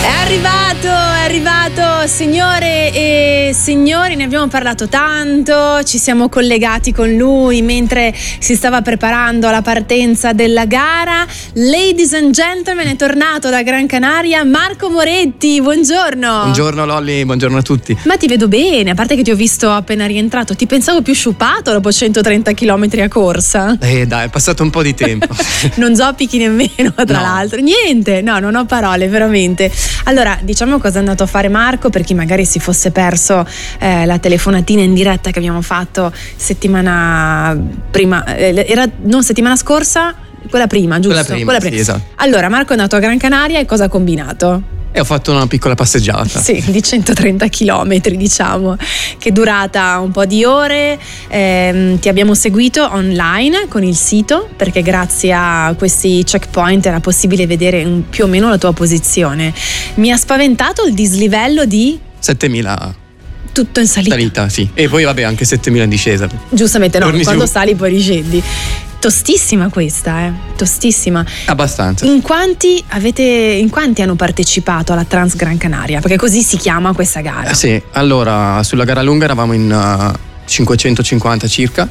È arrivato, signore e signori, ne abbiamo parlato tanto, ci siamo collegati con lui mentre si stava preparando la partenza della gara. Ladies and gentlemen, è tornato da Gran Canaria Marco Moretti, buongiorno. Buongiorno Lolli, buongiorno a tutti. Ma ti vedo bene, a parte che ti ho visto appena rientrato, ti pensavo più sciupato dopo 130 km a corsa. Dai, è passato un po' di tempo. Non zoppichi nemmeno, tra l'altro. Niente, no, non ho parole, veramente. Allora, diciamo cosa è andato a fare Marco, per chi magari si fosse perso la telefonatina in diretta che abbiamo fatto settimana prima, era non settimana scorsa, quella prima, giusto? Quella prima. Sì, esatto. Allora, Marco è andato a Gran Canaria e cosa ha combinato? E ho fatto una piccola passeggiata. Sì, di 130 chilometri, diciamo, che è durata un po' di ore. Ti abbiamo seguito online con il sito, perché grazie a questi checkpoint era possibile vedere più o meno la tua posizione. Mi ha spaventato il dislivello di 7.000. Tutto in salita, sì. E poi vabbè, anche 7.000 in discesa. Giustamente, no, quando sali poi riscendi. Tostissima questa, tostissima. Abbastanza. In quanti hanno partecipato alla Trans Gran Canaria? Perché così si chiama questa gara. Sì, allora sulla gara lunga eravamo in 550 circa,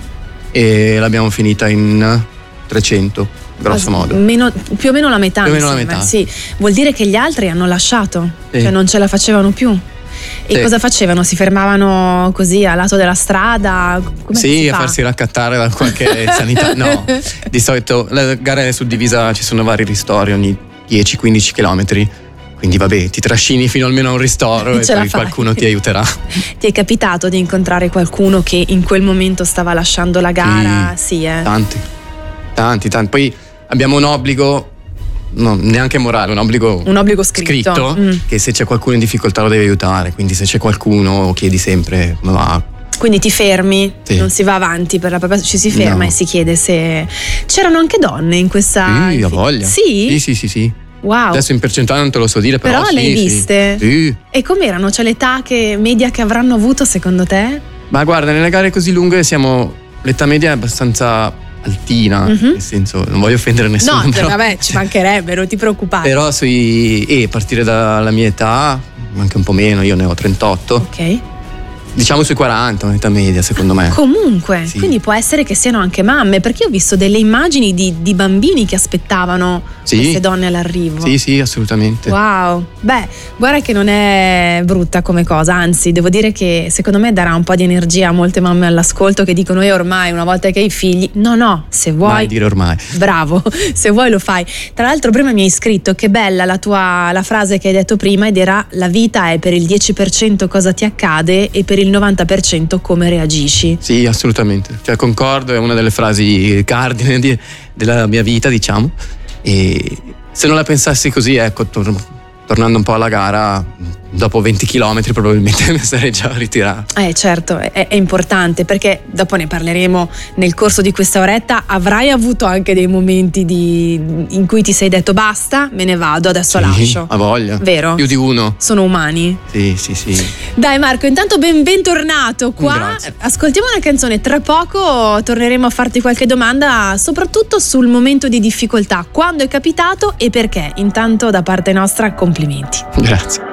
e l'abbiamo finita in 300, grosso modo. Più o meno la metà. Più o meno la metà. Sì. Vuol dire che gli altri hanno lasciato, sì. Cioè non ce la facevano più. E sì. Cosa facevano? Si fermavano così a lato della strada? Come sì, a farsi raccattare da qualche sanità. No, di solito la gara è suddivisa, ci sono vari ristori ogni 10-15 chilometri. Quindi vabbè, ti trascini fino almeno a un ristoro e poi qualcuno ti aiuterà. Ti è capitato di incontrare qualcuno che in quel momento stava lasciando la gara? Sì, Tanti. Poi abbiamo un obbligo, no, neanche morale, un obbligo scritto che se c'è qualcuno in difficoltà lo devi aiutare, quindi se c'è qualcuno chiedi sempre come va. Quindi ti fermi, sì. Non si va avanti per la propria, ci si ferma, no. E si chiede se c'erano anche donne in questa. Sì, a voglia. Sì? Sì. Wow. Adesso in percentuale non te lo so dire, però le hai viste? Sì. E com'erano? C'è l'età media che avranno avuto secondo te? Ma guarda, nelle gare così lunghe l'età media è abbastanza altina, nel senso, non voglio offendere nessuno. No, però, vabbè, ci mancherebbe, non ti preoccupare. Però partire dalla mia età, anche un po' meno, io ne ho 38. Ok. Diciamo sui 40, un'età media secondo me. Comunque, sì. Quindi può essere che siano anche mamme, perché io ho visto delle immagini di bambini che aspettavano queste donne all'arrivo. Sì, assolutamente. Wow, beh, guarda che non è brutta come cosa, anzi devo dire che secondo me darà un po' di energia a molte mamme all'ascolto che dicono ormai una volta che hai figli, no, se vuoi. Mai dire ormai. Bravo, se vuoi lo fai. Tra l'altro prima mi hai scritto che bella la frase che hai detto prima, ed era: la vita è per il 10% cosa ti accade e per il 90% come reagisci. Sì, assolutamente, cioè concordo, è una delle frasi cardine della mia vita, diciamo, e se non la pensassi così, ecco, tornando un po' alla gara, dopo 20 chilometri probabilmente mi sarei già ritirato. Certo, è importante, perché dopo ne parleremo nel corso di questa oretta. Avrai avuto anche dei momenti in cui ti sei detto basta, me ne vado, adesso lascio. A voglia. Vero? Più di uno. Sono umani. Sì. Dai Marco, intanto bentornato qua. Grazie. Ascoltiamo una canzone, tra poco torneremo a farti qualche domanda, soprattutto sul momento di difficoltà, quando è capitato e perché. Intanto da parte nostra complimenti. Grazie.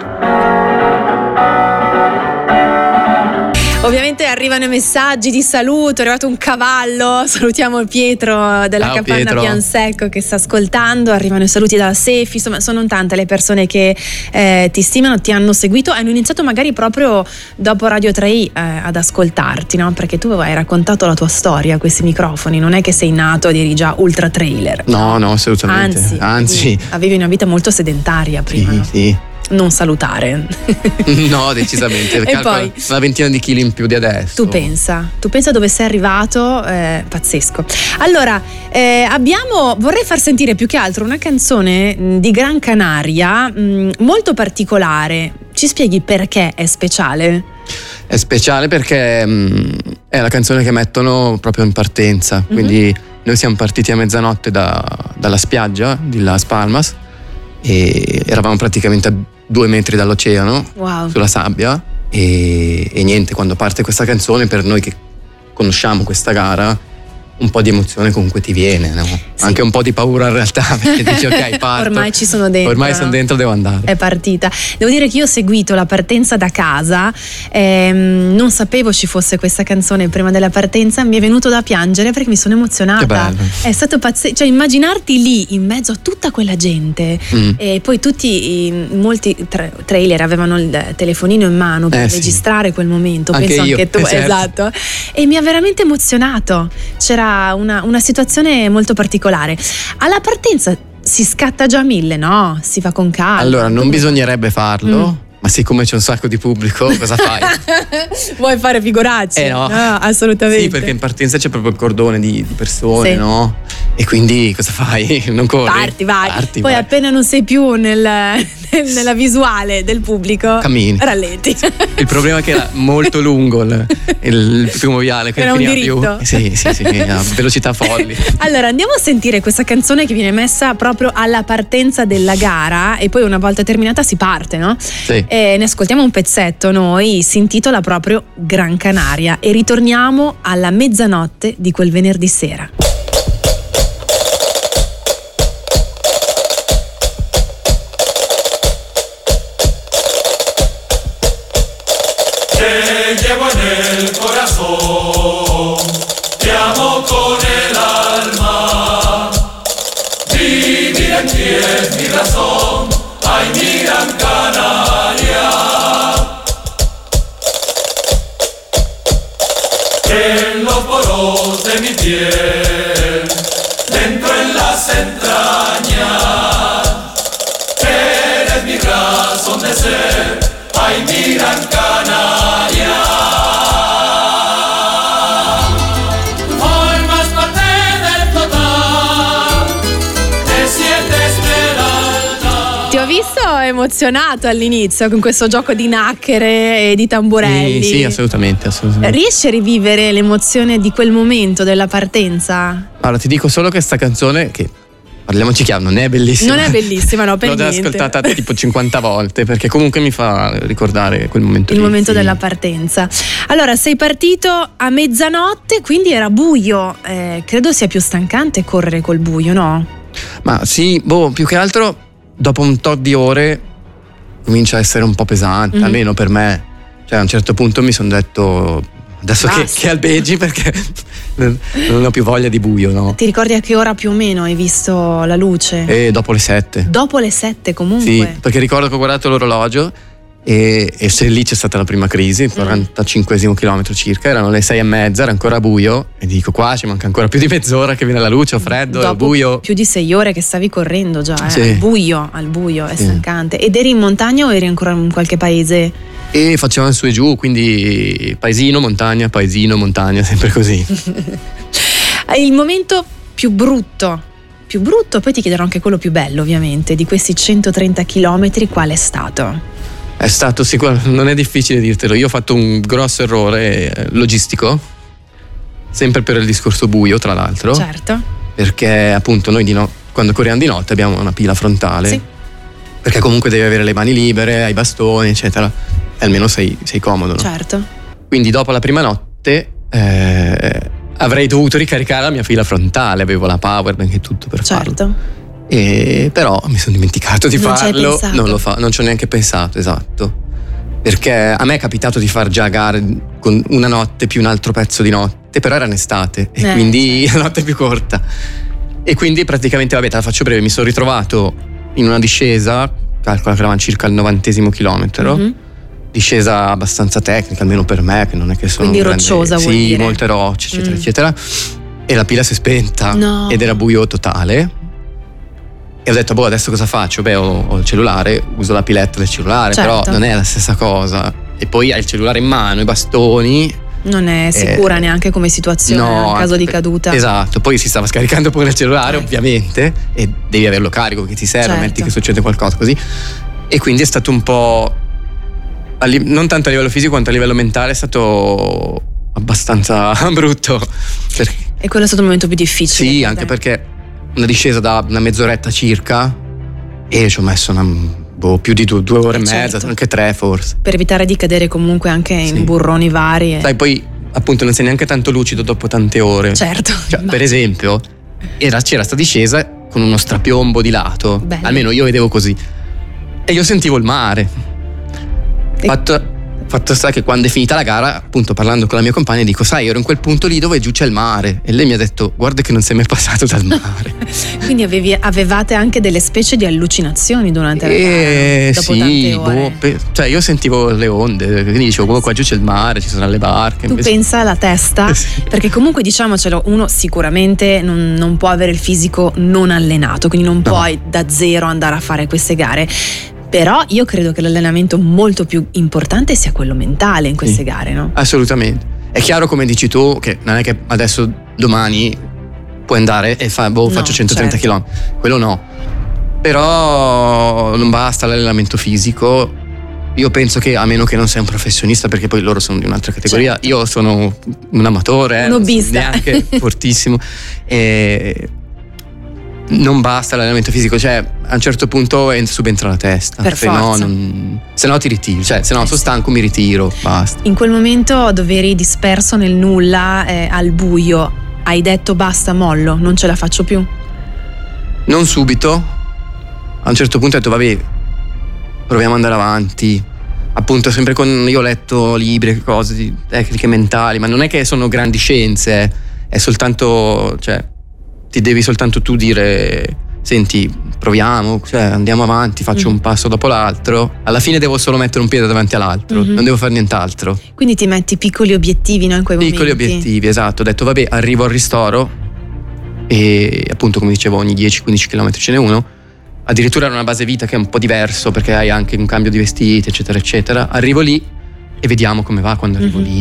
Ovviamente arrivano i messaggi di saluto, è arrivato un cavallo, salutiamo Pietro della capanna Piansecco che sta ascoltando, arrivano i saluti dalla Sefi, insomma sono tante le persone che ti stimano, ti hanno seguito, hanno iniziato magari proprio dopo Radio 3i ad ascoltarti, no? Perché tu hai raccontato la tua storia a questi microfoni, non è che sei nato ed eri già ultra trailer. No, assolutamente. Anzi. Avevi una vita molto sedentaria prima. Sì. Non salutare. No, decisamente. E poi una ventina di chili in più di adesso. Tu pensa dove sei arrivato, pazzesco. Allora, vorrei far sentire più che altro una canzone di Gran Canaria molto particolare. Ci spieghi perché è speciale? È speciale perché è la canzone che mettono proprio in partenza. Quindi noi siamo partiti a mezzanotte dalla spiaggia di Las Palmas e eravamo praticamente a 2 metri dall'oceano, wow, sulla sabbia, e niente, quando parte questa canzone, per noi che conosciamo questa gara un po' di emozione comunque ti viene, no? Sì. Anche un po' di paura in realtà, perché dici ok, parto. Ormai ci sono dentro. Ormai sono dentro, devo andare. È partita. Devo dire che io ho seguito la partenza da casa, non sapevo ci fosse questa canzone prima della partenza, mi è venuto da piangere perché mi sono emozionata. Che bello. È stato pazzesco, cioè immaginarti lì in mezzo a tutta quella gente e poi molti trailer avevano il telefonino in mano per registrare quel momento, anche penso io, anche tu, certo. Esatto, e mi ha veramente emozionato. C'era una situazione molto particolare. Alla partenza si scatta già 1000, no? Si va con calma. Allora, non bisognerebbe farlo, ma siccome c'è un sacco di pubblico, cosa fai? Vuoi fare figuracce? No. Assolutamente. Sì, perché in partenza c'è proprio il cordone di persone, sì. no? E quindi cosa fai? Non corri. Parti, vai. Poi vai. Appena non sei più nella visuale del pubblico, cammini. Rallenti. Il problema è che era molto lungo il primo viale, che era non un finiva più. Sì, a velocità folli. Allora andiamo a sentire questa canzone che viene messa proprio alla partenza della gara e poi una volta terminata si parte, no? Sì. E ne ascoltiamo un pezzetto noi, si intitola proprio Gran Canaria e ritorniamo alla mezzanotte di quel venerdì sera. Llevo en el corazón, te amo con el alma. Vivir en ti es mi razón, ay mi Gran Canaria. En los poros de mi piel, dentro en las entrañas, eres mi razón de ser, ay mi Gran Canaria. Formas parte del total, de 7 Esmeralda. Ti ho visto emozionato all'inizio con questo gioco di nacchere e di tamburelli. Sì, assolutamente. Riesci a rivivere l'emozione di quel momento della partenza? Allora, ti dico solo che sta canzone, che parliamoci chiaro, non è bellissima. Non è bellissima, no, per niente. L'ho già ascoltata tipo 50 volte perché comunque mi fa ricordare quel momento. Il momento della partenza. Allora, sei partito a mezzanotte, quindi era buio. Credo sia più stancante correre col buio, no? Ma sì, più che altro dopo un tot di ore comincia a essere un po' pesante, almeno per me. Cioè a un certo punto mi sono detto adesso che albeggi, perché non ho più voglia di buio, no? Ti ricordi a che ora più o meno hai visto la luce? Dopo le 7. Dopo le 7 comunque? Sì, perché ricordo che ho guardato l'orologio e se lì c'è stata la prima crisi, il 45esimo chilometro circa, erano le 6:30, era ancora buio e dico qua ci manca ancora più di mezz'ora che viene la luce, ho freddo, dopo è buio. Più di 6 ore che stavi correndo già, sì. al buio, è stancante. Ed eri in montagna o eri ancora in qualche paese? E facevano su e giù, quindi paesino, montagna, sempre così. Il momento più brutto, poi ti chiederò anche quello più bello ovviamente, di questi 130 chilometri, qual è stato? È stato sicuramente, non è difficile dirtelo, io ho fatto un grosso errore logistico, sempre per il discorso buio tra l'altro. Certo. Perché appunto noi quando corriamo di notte abbiamo una pila frontale, sì. Perché comunque devi avere le mani libere, hai i bastoni eccetera, e almeno sei comodo, no? Certo. Quindi dopo la prima notte avrei dovuto ricaricare la mia fila frontale, avevo la powerbank e tutto per farlo. Però mi sono dimenticato di farlo, non ci ho neanche pensato, esatto. Perché a me è capitato di far già gare con una notte più un altro pezzo di notte, però era in estate e quindi la notte è più corta. E quindi praticamente, vabbè, te la faccio breve, mi sono ritrovato in una discesa, calcola che eravamo circa al 90° chilometro, discesa abbastanza tecnica, almeno per me, che non è che sono quindi rocciosa, vuol dire? Sì, molte rocce, eccetera, eccetera. E la pila si è spenta, no. Ed era buio totale. E ho detto, adesso cosa faccio? Ho il cellulare, uso la piletta del cellulare, certo. Però non è la stessa cosa. E poi hai il cellulare in mano, i bastoni. Non è sicura neanche come situazione, no, in caso di caduta. Esatto, poi si stava scaricando pure il cellulare, ovviamente, e devi averlo carico, che ti serve, certo. Metti che succede qualcosa così. E quindi è stato un po', non tanto a livello fisico quanto a livello mentale, è stato abbastanza brutto. E quello è stato il momento più difficile? Sì, anche perché una discesa da una mezz'oretta circa e ci ho messo più di 2 ore e mezza, anche 3 forse. Per evitare di cadere comunque anche in burroni vari. Sai, poi appunto non sei neanche tanto lucido dopo tante ore. Certo. Cioè, per esempio, c'era sta discesa con uno strapiombo di lato. Bello. Almeno io vedevo così. E io sentivo il mare. Fatto sta che quando è finita la gara, appunto parlando con la mia compagna, dico: sai, ero in quel punto lì dove giù c'è il mare. E lei mi ha detto: guarda che non sei mai passato dal mare. Quindi avevate anche delle specie di allucinazioni durante la gara, dopo tante ore. Cioè io sentivo le onde, quindi dicevo: qua giù c'è il mare, ci saranno le barche. Tu pensa alla testa, Sì. perché comunque diciamocelo, uno sicuramente non può avere il fisico non allenato, quindi non puoi da zero andare a fare queste gare. Però io credo che l'allenamento molto più importante sia quello mentale in queste gare, no? Assolutamente. È chiaro, come dici tu, che non è che adesso domani puoi andare e faccio 130 certo. km. Quello no. Però non basta l'allenamento fisico. Io penso che, a meno che non sei un professionista, perché poi loro sono di un'altra categoria, certo. Io sono un amatore, un hobbista, neanche fortissimo. E non basta l'allenamento fisico, cioè a un certo punto subentra la testa, per forza. Se no ti ritiri, cioè se no sono stanco, mi ritiro, basta. In quel momento dove eri disperso nel nulla, al buio, hai detto basta, mollo, non ce la faccio più? Non subito. A un certo punto ho detto vabbè, proviamo ad andare avanti. Appunto sempre io ho letto libri, cose di tecniche mentali, ma non è che sono grandi scienze, è soltanto, cioè ti devi soltanto tu dire: senti, proviamo, cioè andiamo avanti, faccio un passo dopo l'altro. Alla fine devo solo mettere un piede davanti all'altro, non devo fare nient'altro. Quindi ti metti piccoli obiettivi, no, in quei Piccoli momenti. obiettivi, esatto. Ho detto vabbè, arrivo al ristoro e appunto, come dicevo, ogni 10-15 km ce n'è uno. Addirittura era una base vita che è un po' diverso, perché hai anche un cambio di vestiti, eccetera eccetera. Arrivo lì e vediamo come va quando arrivo lì.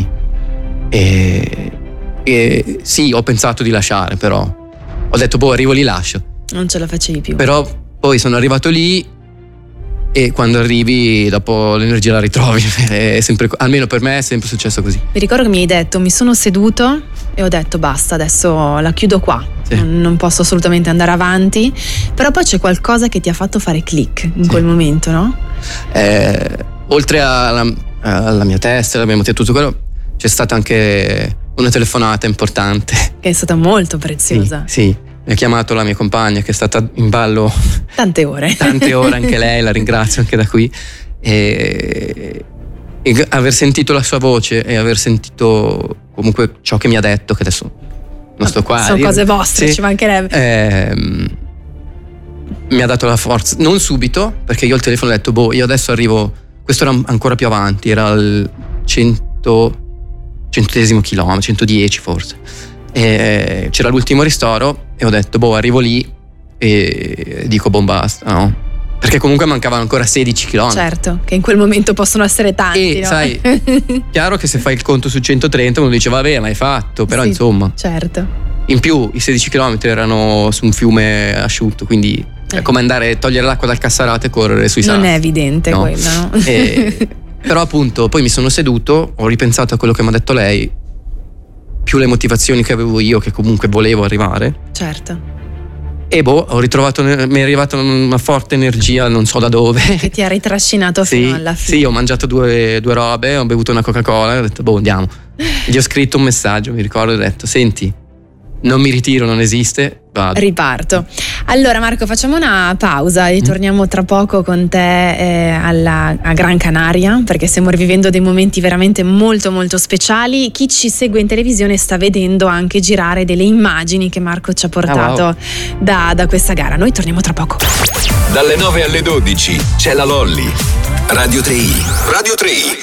E sì, ho pensato di lasciare, però ho detto arrivo lì, lascio. Non ce la facevi più. Però poi sono arrivato lì e quando arrivi dopo l'energia la ritrovi. È sempre, almeno per me è sempre successo così. Mi ricordo che mi hai detto: mi sono seduto e ho detto basta, adesso la chiudo qua. Sì. Non posso assolutamente andare avanti. Però poi c'è qualcosa che ti ha fatto fare click in quel momento, no? Oltre alla mia testa, alla mia emozione, tutto quello, c'è stata anche una telefonata importante. Che è stata molto preziosa. Sì. Mi ha chiamato la mia compagna, che è stata in ballo Tante ore. anche lei, la ringrazio anche da qui. E aver sentito la sua voce e aver sentito comunque ciò che mi ha detto, che adesso non sto qua. Sono cose vostre, ci mancherebbe. Mi ha dato la forza, non subito, perché io al telefono ho detto io adesso arrivo. Questo era ancora più avanti, era al 100esimo chilometro, 110 forse. E c'era l'ultimo ristoro e ho detto arrivo lì e dico basta, no? Perché comunque mancavano ancora 16 km. Certo, che in quel momento possono essere tanti, e no? sai, chiaro che se fai il conto su 130 uno dice vabbè, ma hai fatto, però Sì, insomma. Certo. In più i 16 km erano su un fiume asciutto, quindi è come andare, togliere l'acqua dal cassarato e correre sui sassi. Non è evidente, no? Quello, no? Però appunto poi mi sono seduto, ho ripensato a quello che mi ha detto lei, più le motivazioni che avevo io, che comunque volevo arrivare. Certo. E ho ritrovato, mi è arrivata una forte energia, non so da dove. Che ti ha ritrascinato fino alla fine. Sì, ho mangiato due robe, ho bevuto una Coca-Cola e ho detto andiamo. Gli ho scritto un messaggio, mi ricordo, ho detto senti, non mi ritiro, non esiste, vado. Riparto. Allora Marco, facciamo una pausa e torniamo tra poco con te a Gran Canaria, perché stiamo rivivendo dei momenti veramente molto molto speciali. Chi ci segue in televisione sta vedendo anche girare delle immagini che Marco ci ha portato da questa gara. Noi torniamo tra poco. Dalle 9 alle 12 c'è la Lolly. Radio 3i. Radio 3i.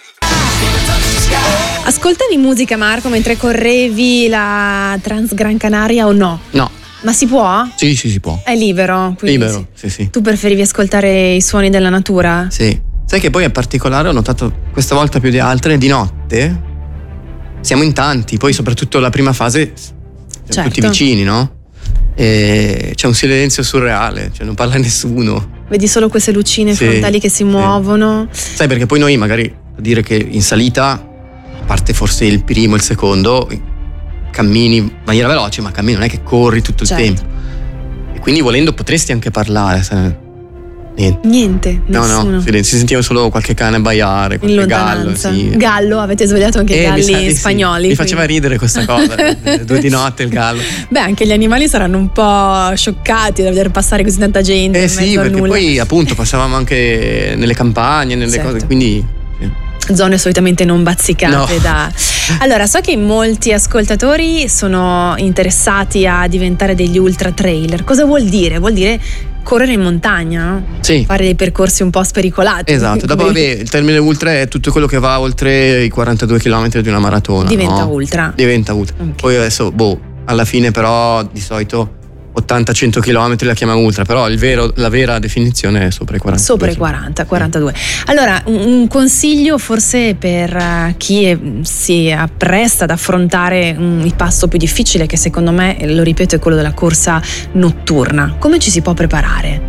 Ascoltavi musica, Marco, mentre correvi la Trans Gran Canaria o no? No. Ma si può? Sì, si può. È libero? Libero, sì. Tu preferivi ascoltare i suoni della natura? Sì. Sai che poi è particolare, ho notato questa volta più di altre, di notte siamo in tanti, poi soprattutto la prima fase siamo tutti vicini, no? E c'è un silenzio surreale, cioè non parla nessuno. Vedi solo queste lucine frontali che si muovono. Sai, perché poi noi magari, a dire che in salita, a parte forse il primo, il secondo, cammini in maniera veloce, ma cammini, non è che corri tutto il tempo. E quindi volendo potresti anche parlare, Niente. Nessuno. No, si sentiva solo qualche cane abbaiare, In qualche gallo. lontananza. Sì. Gallo, avete svegliato anche i galli Sì. spagnoli. Mi faceva ridere questa cosa, 2 di notte il gallo. Beh, anche gli animali saranno un po' scioccati da vedere passare così tanta gente in Sì, mezzo a perché nulla. poi appunto passavamo anche nelle campagne, nelle Certo. cose, quindi Zone solitamente non bazzicate No. da... Allora, so che molti ascoltatori sono interessati a diventare degli ultra trailer. Cosa vuol dire? Vuol dire correre in montagna, no? Sì. Fare dei percorsi un po' spericolati. Esatto, dopo vabbè, il termine ultra è tutto quello che va oltre i 42 km di una maratona. Diventa no? ultra. Diventa ultra. Ok. Poi adesso, alla fine però di solito 80-100 km la chiama ultra, però la vera definizione è sopra i 40. Sopra i 40, 42. Allora, un consiglio forse per chi si appresta ad affrontare il passo più difficile, che secondo me, lo ripeto, è quello della corsa notturna. Come ci si può preparare?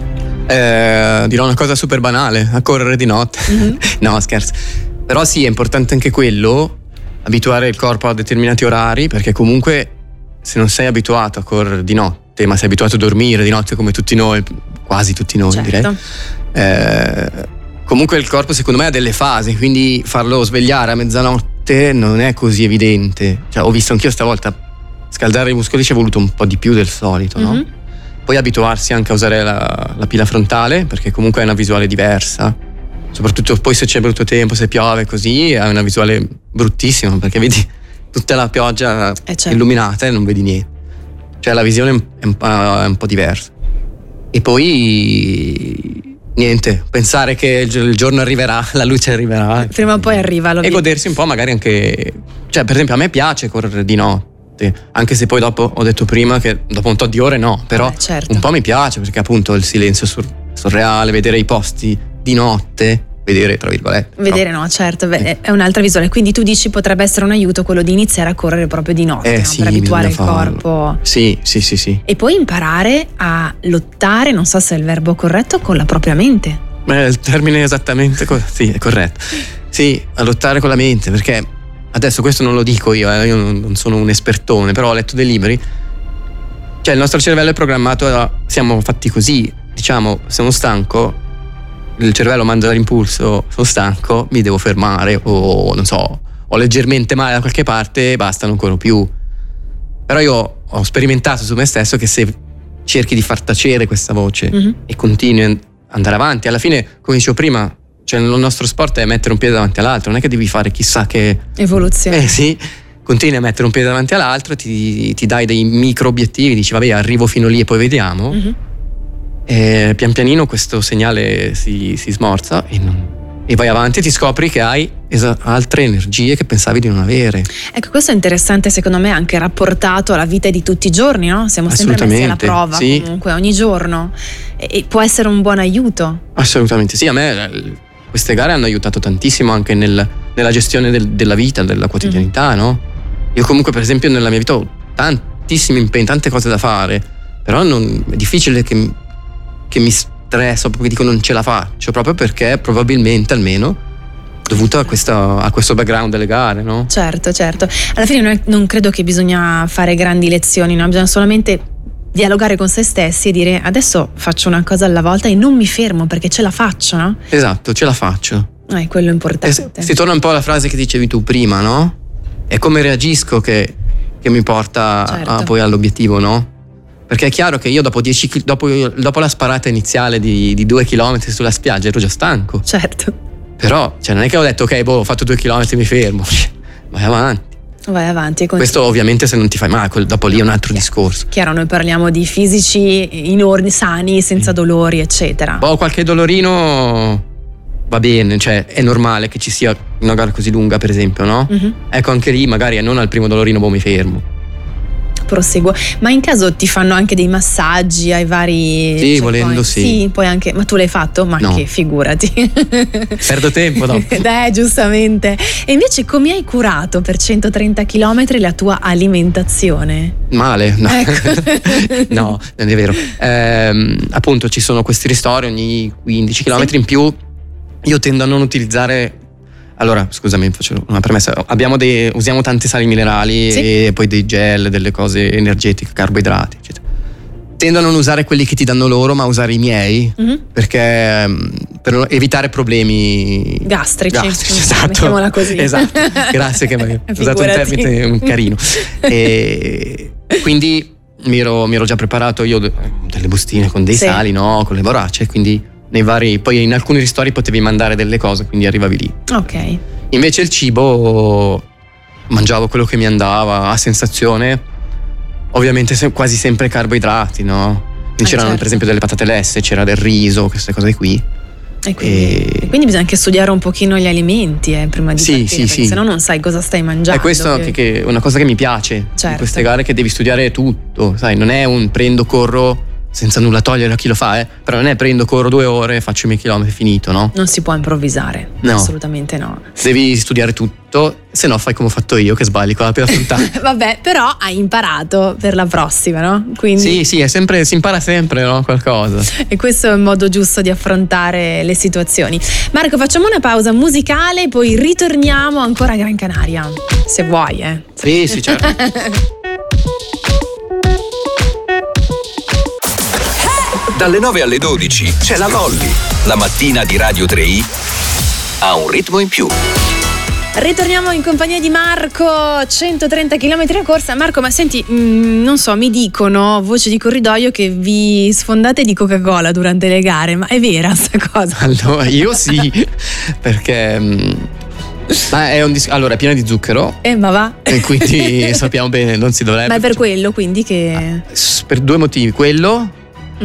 Dirò una cosa super banale, a correre di notte. Mm-hmm. No, scherzo. Però sì, è importante anche quello, abituare il corpo a determinati orari, perché comunque se non sei abituato a correre di notte, ma sei abituato a dormire di notte come tutti noi, quasi tutti noi Certo. direi, comunque il corpo secondo me ha delle fasi, quindi farlo svegliare a mezzanotte non è così evidente. Cioè, ho visto anch'io stavolta scaldare i muscoli ci è voluto un po' di più del solito, no? Mhm. Poi abituarsi anche a usare la pila frontale, perché comunque è una visuale diversa, soprattutto poi se c'è brutto tempo, se piove così, è una visuale bruttissima, perché vedi tutta la pioggia certo. illuminata e non vedi niente, cioè la visione è un po' diversa. E poi niente, pensare che il giorno arriverà, la luce arriverà, Prima o poi arriva. e godersi un po' magari anche, cioè per esempio a me piace correre di notte, anche se poi dopo ho detto prima che dopo un tot di ore no, però certo. un po' mi piace, perché appunto il silenzio surreale, vedere i posti di notte, vedere tra virgolette. Vedere no, certo, è un'altra visuale. Quindi tu dici potrebbe essere un aiuto quello di iniziare a correre proprio di notte, no? Sì, Per abituare il bisogna farlo. corpo. Sì. E poi imparare a lottare, non so se è il verbo corretto, con la propria mente. Il termine esattamente sì, è corretto. Sì, a lottare con la mente, perché adesso questo non lo dico io non sono un espertone, però ho letto dei libri. Cioè il nostro cervello è programmato siamo fatti così, diciamo, sono stanco, il cervello manda l'impulso, sono stanco, mi devo fermare, o non so, ho leggermente male da qualche parte, basta, non corro più. Però io ho sperimentato su me stesso che se cerchi di far tacere questa voce e continui ad andare avanti, alla fine, come dicevo prima, cioè il nostro sport è mettere un piede davanti all'altro, non è che devi fare chissà che Evoluzione. sì, continui a mettere un piede davanti all'altro, ti dai dei micro obiettivi, dici vabbè, arrivo fino lì e poi vediamo. E pian pianino questo segnale si smorza e vai avanti e ti scopri che hai altre energie che pensavi di non avere. Ecco, questo è interessante secondo me, anche rapportato alla vita di tutti i giorni, no? Siamo sempre messi alla prova, sì. comunque ogni giorno, e può essere un buon aiuto. Assolutamente sì, a me queste gare hanno aiutato tantissimo anche nella gestione della vita, della quotidianità, no? Io comunque per esempio nella mia vita ho tantissimi impegni, tante cose da fare, però è difficile che mi stresso, proprio che dico non ce la faccio, proprio perché probabilmente almeno dovuto a questo background delle gare, no? Certo. Alla fine non credo che bisogna fare grandi lezioni, no? Bisogna solamente dialogare con se stessi e dire adesso faccio una cosa alla volta e non mi fermo perché ce la faccio, no? Esatto, ce la faccio. È quello importante. Si torna un po' alla frase che dicevi tu prima, no? È come reagisco che mi porta Certo. poi all'obiettivo, no? Perché è chiaro che io dopo la sparata iniziale di 2 chilometri sulla spiaggia ero già stanco. Certo. Però non è che ho detto ok, ho fatto 2 chilometri e mi fermo. Vai avanti. Questo ovviamente se non ti fai male, dopo lì è un altro discorso. Chiaro, noi parliamo di fisici in ordine, sani, senza dolori, eccetera. Qualche dolorino va bene, cioè è normale che ci sia una gara così lunga, per esempio, no? Ecco, anche lì magari non al primo dolorino mi fermo. Proseguo. Ma in caso ti fanno anche dei massaggi ai vari Sì, volendo sì. Sì, poi anche. Ma tu l'hai fatto? Ma no. che figurati. Perdo tempo dopo. Giustamente. E invece come hai curato per 130 km la tua alimentazione? Male, no. Ecco. No, non è vero. Appunto ci sono questi ristori ogni 15 km in più. Io tendo a non utilizzare. Allora, scusami, faccio una premessa. Usiamo tante sali minerali, sì, e poi dei gel, delle cose energetiche, carboidrati, eccetera. tendo a non usare quelli che ti danno loro, ma a usare i miei, perché per evitare problemi gastrici, esatto. Mettiamola così. Esatto. Grazie che hai usato un termine carino. E quindi mi ero già preparato io delle bustine con dei sali, no, con le borracce, quindi poi in alcuni ristori potevi mandare delle cose, quindi arrivavi lì. Ok. Invece il cibo mangiavo quello che mi andava a sensazione. Ovviamente quasi sempre carboidrati, no? Quindi c'erano certo. per esempio delle patate lesse, c'era del riso, queste cose qui. E quindi bisogna anche studiare un pochino gli alimenti prima di partire, perché sennò non sai cosa stai mangiando. È questo che è una cosa che mi piace, certo. In queste gare, che devi studiare tutto, sai, non è un prendo, corro senza nulla togliere a chi lo fa, però non è prendo, corro 2 ore, faccio i miei chilometri, finito, no? Non si può improvvisare, no. Assolutamente no. Devi studiare tutto, se no fai come ho fatto io, che sbagli con la prima puntata. Vabbè, però hai imparato per la prossima, no? Quindi... Sì, si impara sempre, no? Qualcosa. E questo è il modo giusto di affrontare le situazioni. Marco, facciamo una pausa musicale, poi ritorniamo ancora a Gran Canaria, se vuoi, Sì, certo. Dalle 9 alle 12 c'è la Lolli. La mattina di Radio 3i ha un ritmo in più. Ritorniamo in compagnia di Marco, 130 km a corsa. Marco, ma senti, non so, mi dicono, voce di corridoio, che vi sfondate di Coca-Cola durante le gare, ma è vera sta cosa? Allora, io sì, perché... allora è piena di zucchero. Ma va. E quindi sappiamo bene, non si dovrebbe. Ma è per quello quindi che... Per 2 motivi, quello...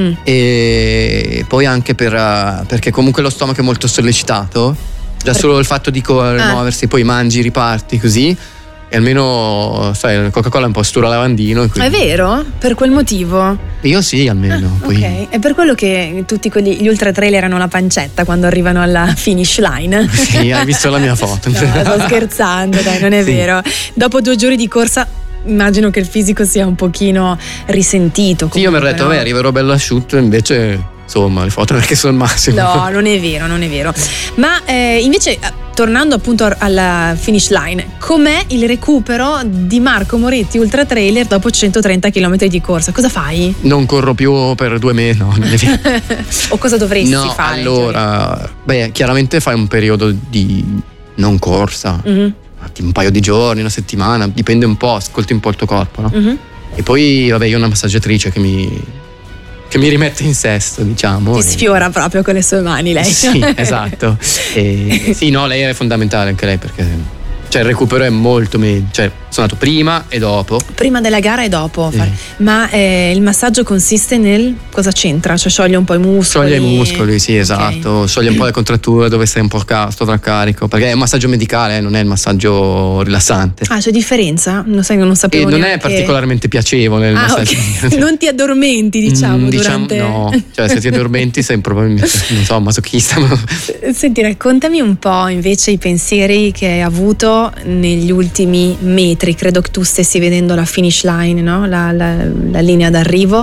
E poi anche perché comunque lo stomaco è molto sollecitato, già solo il fatto di muoversi, poi mangi, riparti così, e almeno sai, la Coca-Cola è un po' stura lavandino, quindi... È vero? Per quel motivo? Io sì, almeno. Poi... Ok, è per quello che tutti gli ultra trailer hanno la pancetta quando arrivano alla finish line. Sì, hai visto la mia foto. No, sto scherzando, dai, non è vero. Dopo 2 giorni di corsa immagino che il fisico sia un pochino risentito. Sì, io mi ero detto, arriverò bello asciutto, invece insomma le foto perché sono il massimo. No, non è vero. Ma invece, tornando appunto alla finish line, com'è il recupero di Marco Moretti ultra trailer dopo 130 km di corsa? Cosa fai? Non corro più per 2 mesi, no, non è vero. O cosa dovresti no, fare? Allora, chiaramente fai un periodo di non corsa. Un paio di giorni, una settimana, dipende un po', ascolti un po' il tuo corpo, no? E poi io ho una massaggiatrice che mi rimette in sesto, diciamo. Ti sfiora proprio con le sue mani lei. Sì, esatto. Sì, no, lei è fondamentale anche lei, perché il recupero è molto meglio. Sono andato prima e dopo. Prima della gara e dopo. Sì. Ma il massaggio consiste nel... cosa c'entra? Cioè scioglie un po' i muscoli? Scioglie i muscoli, sì, esatto. Okay. Scioglie un po' le contratture dove sei un po' sovraccarico, perché è un massaggio medicale, non è il massaggio rilassante. Ah, c'è differenza? Non sapevo. Non è particolarmente piacevole il massaggio. Okay. Non ti addormenti, diciamo, durante... No, se ti addormenti sei probabilmente, non so, masochista. Senti, raccontami un po' invece i pensieri che hai avuto negli ultimi metri. Credo che tu stessi vedendo la finish line, no? La linea d'arrivo,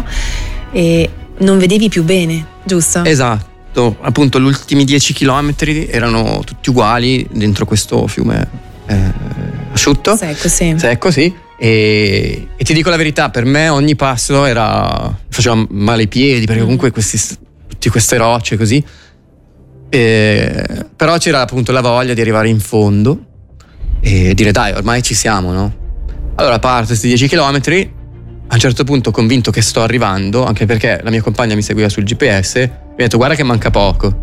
e non vedevi più bene, giusto? Esatto, appunto gli ultimi 10 chilometri erano tutti uguali dentro questo fiume asciutto. Secco, sì. E ti dico la verità, per me ogni passo faceva male i piedi, perché comunque tutte queste rocce così. Però c'era appunto la voglia di arrivare in fondo e dire dai, ormai ci siamo, no? Allora parto questi 10 chilometri, a un certo punto convinto che sto arrivando, anche perché la mia compagna mi seguiva sul GPS, mi ha detto guarda che manca poco,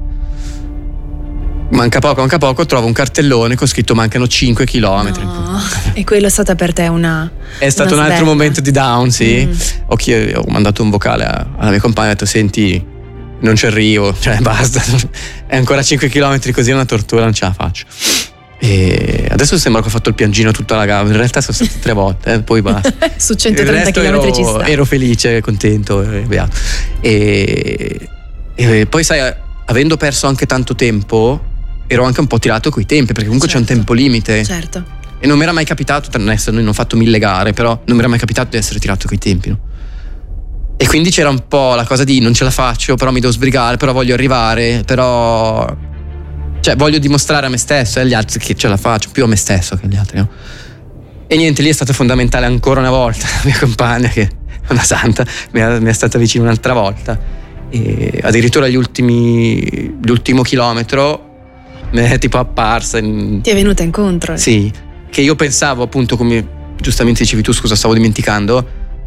trovo un cartellone con scritto mancano 5 chilometri. No. E quello è stata per te è stato un altro momento di down, sì. Ho mandato un vocale alla mia compagna e ho detto senti, non ci arrivo, basta, è ancora 5 chilometri così, è una tortura, non ce la faccio. E adesso sembra che ho fatto il piangino tutta la gara, in realtà sono state 3 volte, poi basta. Su 130 km ci sta. Ero felice, contento e beato. E poi sai, avendo perso anche tanto tempo, ero anche un po' tirato coi tempi, perché comunque c'è un tempo limite. Certo. E non mi era mai capitato, adesso noi non ho fatto 1000 gare, però non mi era mai capitato di essere tirato coi tempi, no? E quindi c'era un po' la cosa di non ce la faccio, però mi devo sbrigare, però voglio arrivare, però... voglio dimostrare a me stesso e agli altri che ce la faccio, più a me stesso che agli altri, no? E niente, lì è stato fondamentale ancora una volta la mia compagna che una santa, mi è stata vicino un'altra volta, e addirittura l'ultimo chilometro mi è tipo apparsa ti è venuta incontro? Sì, che io pensavo, appunto, come giustamente dicevi tu, scusa, stavo dimenticando,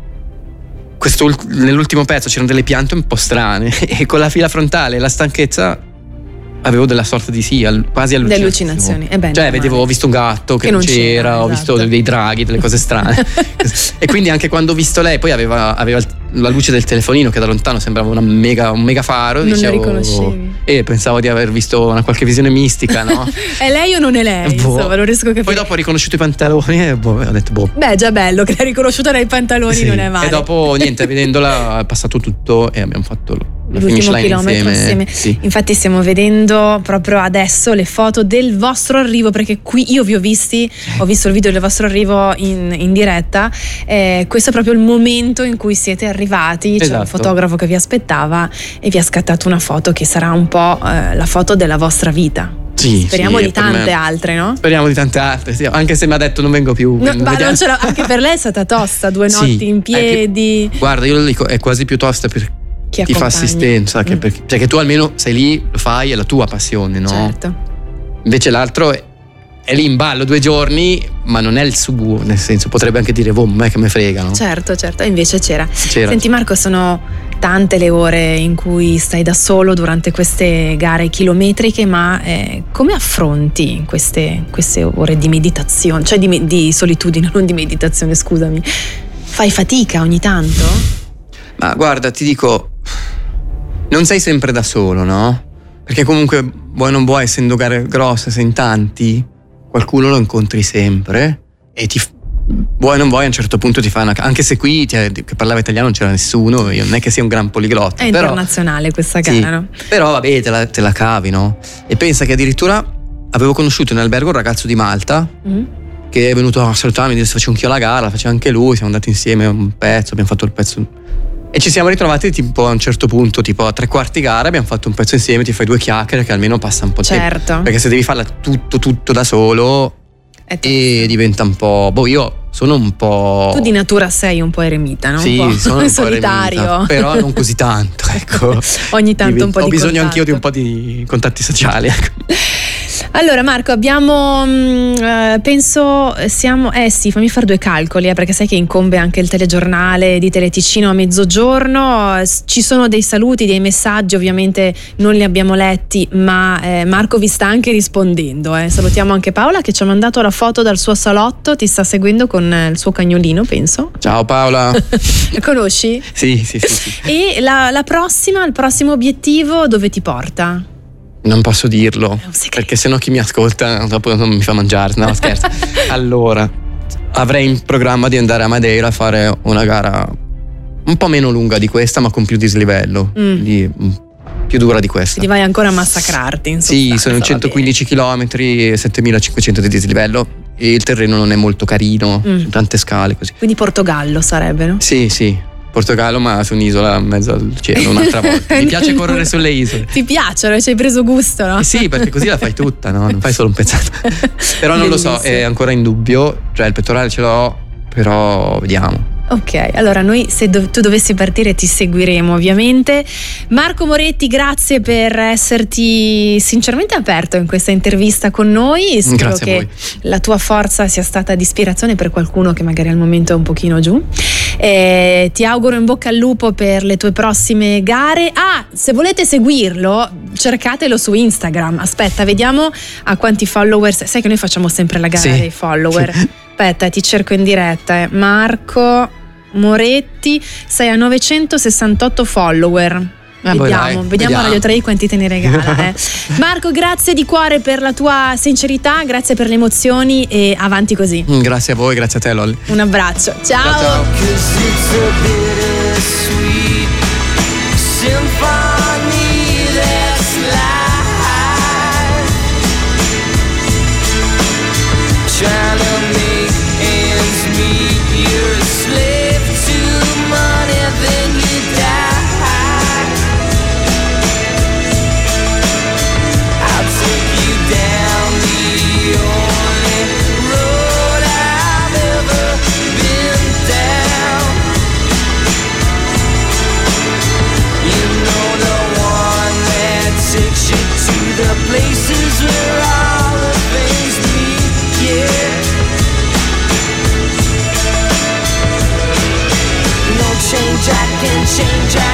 nell'ultimo pezzo c'erano delle piante un po' strane e con la fila frontale e la stanchezza avevo della sorta di quasi allucinazioni. Cioè ho visto un gatto che non c'era, ho visto dei draghi, delle cose strane. E quindi anche quando ho visto lei, poi aveva la luce del telefonino che da lontano sembrava un mega faro. Non la riconoscevi? E pensavo di aver visto una qualche visione mistica, no? È lei o non è lei? Insomma, non riesco a capire. Poi dopo ho riconosciuto i pantaloni e ho detto Beh, già bello che l'hai riconosciuta dai pantaloni, sì. Non è male. E dopo niente, vedendola è passato tutto e abbiamo fatto l'ultimo chilometro insieme. Sì. Infatti stiamo vedendo proprio adesso le foto del vostro arrivo, perché qui io vi ho visto il video del vostro arrivo in diretta. Questo è proprio il momento in cui siete arrivati. C'è un fotografo che vi aspettava e vi ha scattato una foto che sarà un po' la foto della vostra vita. Sì, speriamo di tante altre, no? Speriamo di tante altre, sì. Anche se mi ha detto non vengo più. No, ma non ce l'ho, anche per lei è stata tosta, 2 notti in piedi. Guarda, io lo dico, è quasi più tosta per chi fa assistenza, che che tu almeno sei lì, lo fai, è la tua passione, no? Certo. Invece l'altro è lì in ballo 2 giorni, ma non è il suo, nel senso, potrebbe anche dire, me che me frega, no? Certo, e invece c'era. Senti Marco, sono tante le ore in cui stai da solo durante queste gare chilometriche, ma come affronti queste ore di meditazione, cioè di solitudine, non di meditazione, scusami. Fai fatica ogni tanto? Ma guarda, ti dico, non sei sempre da solo, no? Perché comunque, vuoi non vuoi, essendo gare grosse, sei in tanti, qualcuno lo incontri sempre e vuoi non vuoi a un certo punto ti fa anche se qui che parlava italiano non c'era nessuno, io non è che sia un gran poliglotto, è internazionale questa gara, sì, no? Però vabbè, te la cavi, no? E pensa che addirittura avevo conosciuto in albergo un ragazzo di Malta che è venuto a salutarmi, mi disse se faccio anch'io la gara, la faceva anche lui, siamo andati insieme un pezzo, abbiamo fatto il pezzo e ci siamo ritrovati tipo a un certo punto, tipo a 3/4 gara abbiamo fatto un pezzo insieme, ti fai 2 chiacchiere che almeno passa un po' di tempo, perché se devi farla tutto da solo e diventa un po', io sono un po', tu di natura sei un po' eremita, no? Sì, un po' sono un solitario, po' eremita, però non così tanto, ecco. Ogni tanto un po' ho di bisogno contatto. anch'io di un po' di contatti sociali, ecco. Allora Marco, abbiamo penso siamo sì, fammi fare 2 calcoli, perché sai che incombe anche il telegiornale di Teleticino a mezzogiorno, ci sono dei saluti, dei messaggi, ovviamente non li abbiamo letti, ma Marco vi sta anche rispondendo, salutiamo anche Paola che ci ha mandato la foto dal suo salotto, ti sta seguendo con il suo cagnolino, penso. Ciao Paola. La conosci? Sì. E il prossimo obiettivo dove ti porta? Non posso dirlo, perché sennò chi mi ascolta dopo non mi fa mangiare, no scherzo. Allora, avrei in programma di andare a Madeira a fare una gara un po' meno lunga di questa, ma con più dislivello, più dura di questa. Quindi vai ancora a massacrarti, in sostanza. Sì, sono 115 km e 7500 di dislivello e il terreno non è molto carino, sono tante scale così. Quindi Portogallo sarebbe, no? Sì. Portogallo, ma su un'isola in mezzo al cielo un'altra volta. Mi piace correre sulle isole. Ti piacciono, ci hai preso gusto, no? Sì, perché così la fai tutta, no? Non fai solo un pezzetto. Però non lo so, è ancora in dubbio. Cioè il pettorale ce l'ho, però vediamo. Ok, allora noi se tu dovessi partire ti seguiremo ovviamente. Marco Moretti, grazie per esserti sinceramente aperto in questa intervista con noi. Spero grazie che la tua forza sia stata di ispirazione per qualcuno che magari al momento è un pochino giù. Ti auguro in bocca al lupo per le tue prossime gare. Se volete seguirlo, cercatelo su Instagram. Aspetta, vediamo a quanti followers. Sai che noi facciamo sempre la gara dei follower. Aspetta, ti cerco in diretta. Marco Moretti, sei a 968 follower. Vediamo Radio 3 quanti te ne regala. Marco, grazie di cuore per la tua sincerità, grazie per le emozioni e avanti così. Grazie a voi, grazie a te Lolli. Un abbraccio, ciao. places where all the things meet, yeah. No change I can change,